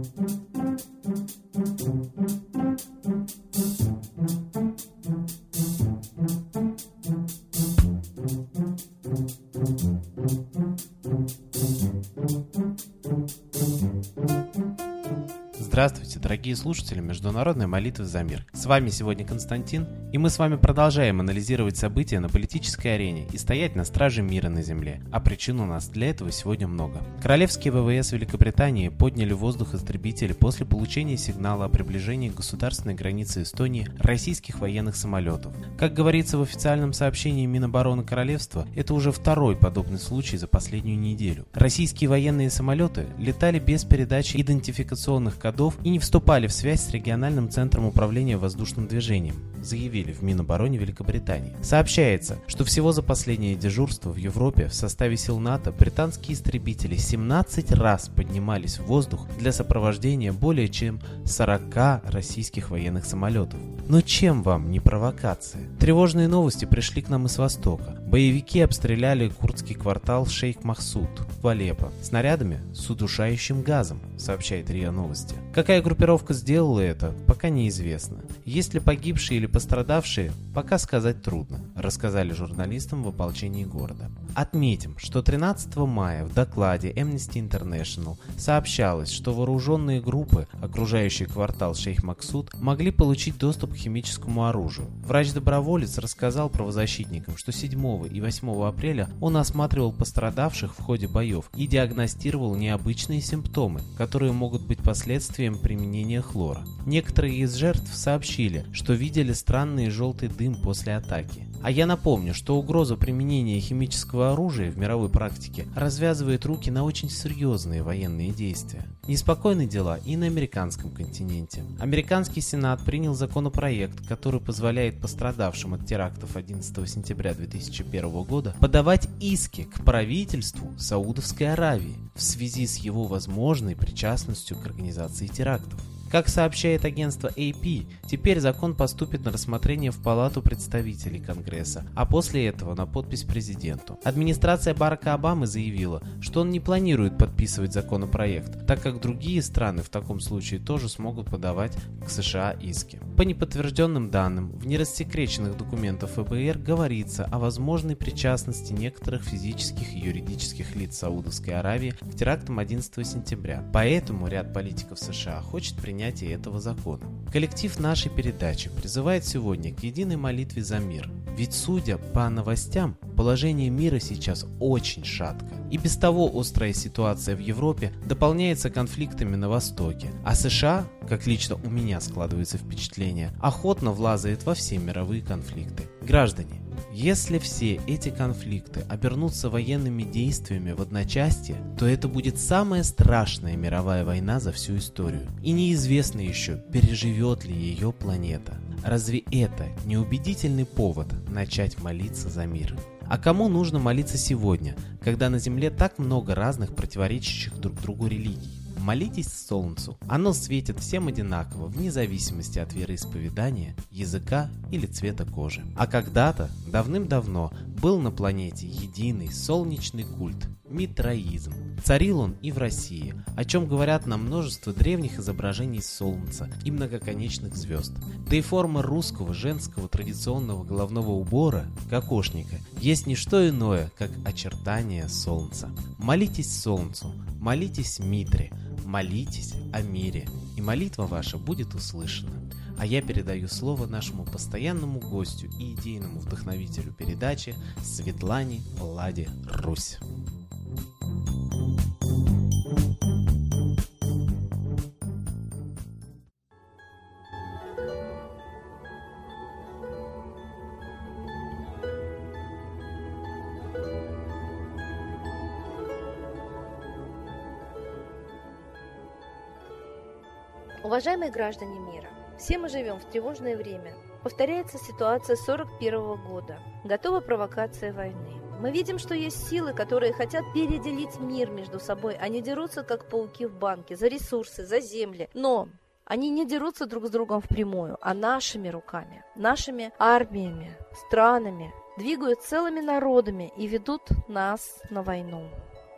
Здравствуйте, дорогие слушатели Международной молитвы за мир. С вами сегодня Константин, и мы с вами продолжаем анализировать события на политической арене и стоять на страже мира на земле. А причин у нас для этого сегодня много. Королевские ВВС Великобритании подняли в воздух истребители после получения сигнала о приближении к государственной границе Эстонии российских военных самолетов. Как говорится в официальном сообщении Минобороны Королевства, это уже второй подобный случай за последнюю неделю. Российские военные самолеты летали без передачи идентификационных кодов и не вступали в связь с региональным центром управления воздушным движением, заявили в Минобороне Великобритании. Сообщается, что всего за последнее дежурство в Европе в составе сил НАТО британские истребители 17 раз поднимались в воздух для сопровождения более чем 40 российских военных самолетов. Но чем вам не провокация? Тревожные новости пришли к нам из Востока. Боевики обстреляли курдский квартал Шейх-Махсуд в Алеппо снарядами с удушающим газом, сообщает РИА Новости. Какая группировка сделала это, пока неизвестно. Есть ли погибшие или пострадавшие, пока сказать трудно, рассказали журналистам в ополчении города. Отметим, что 13 мая в докладе Amnesty International сообщалось, что вооруженные группы, окружающие квартал Шейх-Махсуд, могли получить доступ к химическому оружию. Врач-доброволец рассказал правозащитникам, что 7 и 8 апреля он осматривал пострадавших в ходе боев и диагностировал необычные симптомы, которые могут быть последствием применения хлора. Некоторые из жертв сообщили, что видели странный желтый дым после атаки. А я напомню, что угроза применения химического оружия в мировой практике развязывает руки на очень серьезные военные действия. Неспокойны дела и на американском континенте. Американский Сенат принял законопроект, который позволяет пострадавшим от терактов 11 сентября 2001 года подавать иски к правительству Саудовской Аравии в связи с его возможной причастностью к организации терактов. Как сообщает агентство AP, теперь закон поступит на рассмотрение в Палату представителей Конгресса, а после этого на подпись президенту. Администрация Барака Обамы заявила, что он не планирует подписывать законопроект, так как другие страны в таком случае тоже смогут подавать к США иски. По неподтвержденным данным, в нерассекреченных документах ФБР говорится о возможной причастности некоторых физических и юридических лиц Саудовской Аравии к терактам 11 сентября. Поэтому ряд политиков США хочет принятия этого закона. Коллектив нашей передачи призывает сегодня к единой молитве за мир. Ведь, судя по новостям, положение мира сейчас очень шатко. И без того острая ситуация в Европе дополняется конфликтами на Востоке. А США, как лично у меня складывается впечатление, охотно влазает во все мировые конфликты. Граждане, если все эти конфликты обернутся военными действиями в одночасье, то это будет самая страшная мировая война за всю историю. И неизвестно еще, переживет ли ее планета. Разве это не убедительный повод начать молиться за мир? А кому нужно молиться сегодня, когда на Земле так много разных противоречащих друг другу религий? Молитесь Солнцу. Оно светит всем одинаково, вне зависимости от вероисповедания, языка или цвета кожи. А когда-то, давным-давно, был на планете единый солнечный культ – митраизм. Царил он и в России, о чем говорят нам множество древних изображений Солнца и многоконечных звезд. Да и форма русского женского традиционного головного убора – кокошника – есть не что иное, как очертание Солнца. Молитесь Солнцу, молитесь Митре, молитесь о мире, и молитва ваша будет услышана. А я передаю слово нашему постоянному гостю и идейному вдохновителю передачи Светлане Ладе Русь. Уважаемые граждане мира, все мы живем в тревожное время. Повторяется ситуация 1941 года. Готова провокация войны. Мы видим, что есть силы, которые хотят переделить мир между собой. Они дерутся, как пауки в банке, за ресурсы, за земли. Но они не дерутся друг с другом впрямую, а нашими руками, нашими армиями, странами, двигают целыми народами и ведут нас на войну. К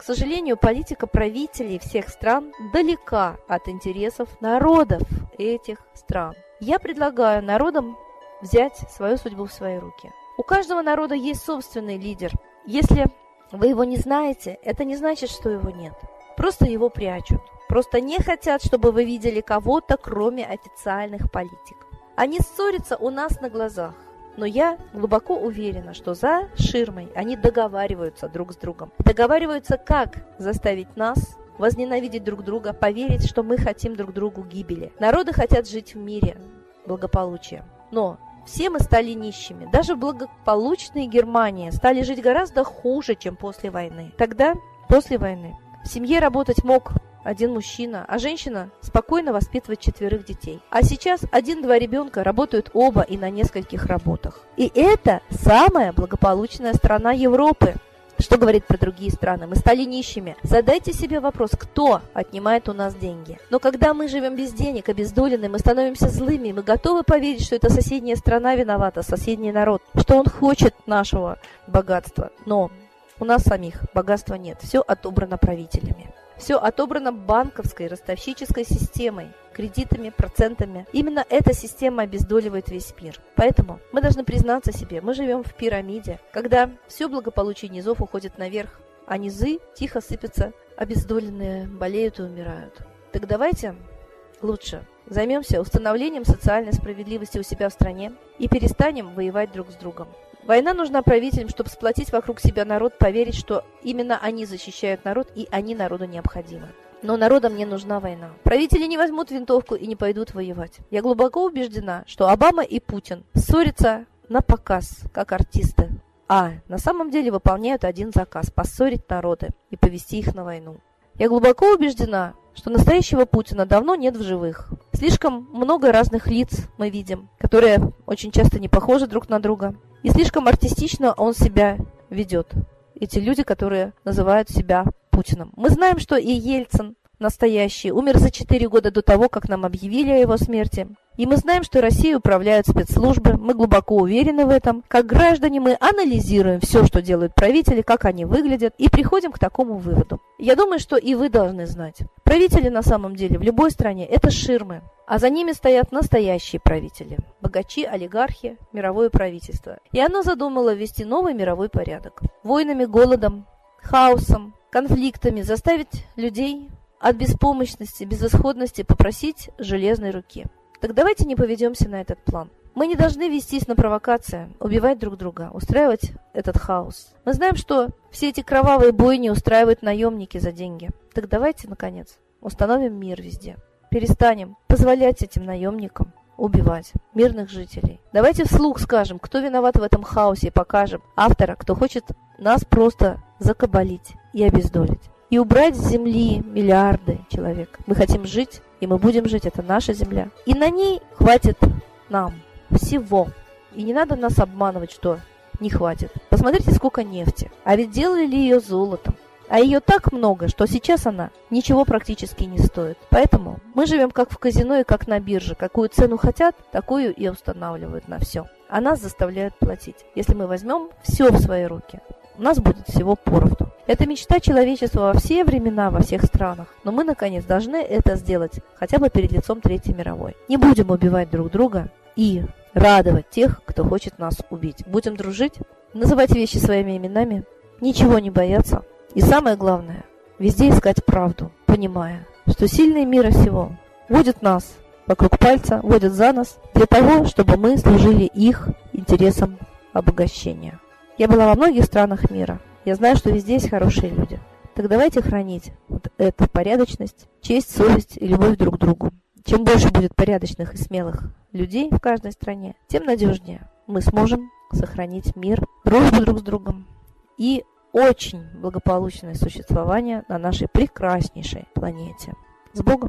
К сожалению, политика правителей всех стран далека от интересов народов этих стран. Я предлагаю народам взять свою судьбу в свои руки. У каждого народа есть собственный лидер. Если вы его не знаете, это не значит, что его нет. Просто его прячут. Просто не хотят, чтобы вы видели кого-то, кроме официальных политиков. Они ссорятся у нас на глазах. Но я глубоко уверена, что за ширмой они договариваются друг с другом. Договариваются, как заставить нас возненавидеть друг друга, поверить, что мы хотим друг другу гибели. Народы хотят жить в мире, благополучия. Но все мы стали нищими. Даже в благополучной Германии стали жить гораздо хуже, чем после войны. Тогда, после войны, в семье работать мог один мужчина, а женщина спокойно воспитывает 4 детей. А сейчас 1-2 ребенка работают оба и на нескольких работах. И это самая благополучная страна Европы. Что говорит про другие страны? Мы стали нищими. Задайте себе вопрос, кто отнимает у нас деньги. Но когда мы живем без денег, обездолены, мы становимся злыми, мы готовы поверить, что это соседняя страна виновата, соседний народ, что он хочет нашего богатства. Но у нас самих богатства нет. Все отобрано правителями. Все отобрано банковской, ростовщической системой, кредитами, процентами. Именно эта система обездоливает весь мир. Поэтому мы должны признаться себе, мы живем в пирамиде, когда все благополучие низов уходит наверх, а низы тихо сыпятся, обездоленные болеют и умирают. Так давайте лучше займемся установлением социальной справедливости у себя в стране и перестанем воевать друг с другом. Война нужна правителям, чтобы сплотить вокруг себя народ, поверить, что именно они защищают народ и они народу необходимы. Но народам не нужна война. Правители не возьмут винтовку и не пойдут воевать. Я глубоко убеждена, что Обама и Путин ссорятся на показ, как артисты. А на самом деле выполняют один заказ – поссорить народы и повести их на войну. Я глубоко убеждена, что настоящего Путина давно нет в живых. Слишком много разных лиц мы видим, которые очень часто не похожи друг на друга. И слишком артистично он себя ведет. Эти люди, которые называют себя Путиным. Мы знаем, что и Ельцин настоящий умер за 4 года до того, как нам объявили о его смерти. И мы знаем, что Россией управляют спецслужбы. Мы глубоко уверены в этом. Как граждане мы анализируем все, что делают правители, как они выглядят, и приходим к такому выводу. Я думаю, что и вы должны знать. Правители на самом деле в любой стране – это ширмы. А за ними стоят настоящие правители. Богачи, олигархи, мировое правительство. И оно задумало ввести новый мировой порядок. Войнами, голодом, хаосом, конфликтами заставить людей от беспомощности, безысходности попросить железной руки. Так давайте не поведемся на этот план. Мы не должны вестись на провокации, убивать друг друга, устраивать этот хаос. Мы знаем, что все эти кровавые бойни устраивают наемники за деньги. Так давайте, наконец, установим мир везде. Перестанем позволять этим наемникам убивать мирных жителей. Давайте вслух скажем, кто виноват в этом хаосе, и покажем автора, кто хочет нас просто закабалить и обездолить. И убрать с земли миллиарды человек. Мы хотим жить, и мы будем жить, это наша земля. И на ней хватит нам всего. И не надо нас обманывать, что не хватит. Посмотрите, сколько нефти. А ведь делали ли ее золотом? А ее так много, что сейчас она ничего практически не стоит. Поэтому мы живем как в казино и как на бирже. Какую цену хотят, такую и устанавливают на все. А нас заставляют платить. Если мы возьмем все в свои руки, у нас будет всего поровну. Это мечта человечества во все времена, во всех странах. Но мы, наконец, должны это сделать хотя бы перед лицом Третьей мировой. Не будем убивать друг друга и радовать тех, кто хочет нас убить. Будем дружить, называть вещи своими именами, ничего не бояться. И самое главное, везде искать правду, понимая, что сильные мира сего водят нас вокруг пальца, водят за нос для того, чтобы мы служили их интересам обогащения. Я была во многих странах мира. Я знаю, что везде есть хорошие люди. Так давайте хранить вот эту порядочность, честь, совесть и любовь друг к другу. Чем больше будет порядочных и смелых людей в каждой стране, тем надежнее мы сможем сохранить мир, дружбу друг с другом и очень благополучное существование на нашей прекраснейшей планете. С Богом!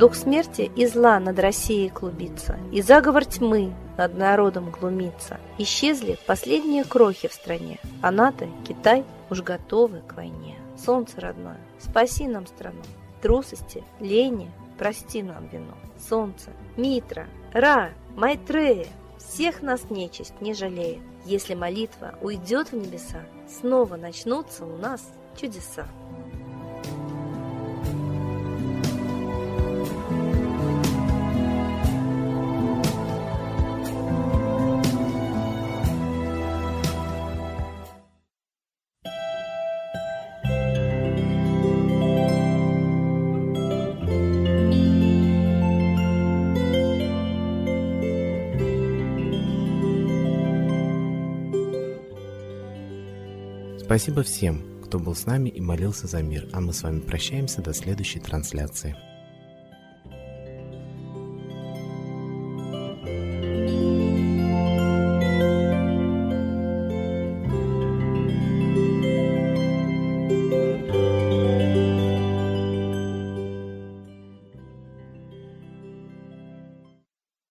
Дух смерти и зла над Россией клубится, и заговор тьмы над народом глумится. Исчезли последние крохи в стране, а НАТО, Китай уж готовы к войне. Солнце родное, спаси нам страну, трусости, лени, прости нам вину. Солнце, Митра, Ра, Майтрея, всех нас нечисть не жалеет. Если молитва уйдет в небеса, снова начнутся у нас чудеса. Спасибо всем, кто был с нами и молился за мир, а мы с вами прощаемся до следующей трансляции.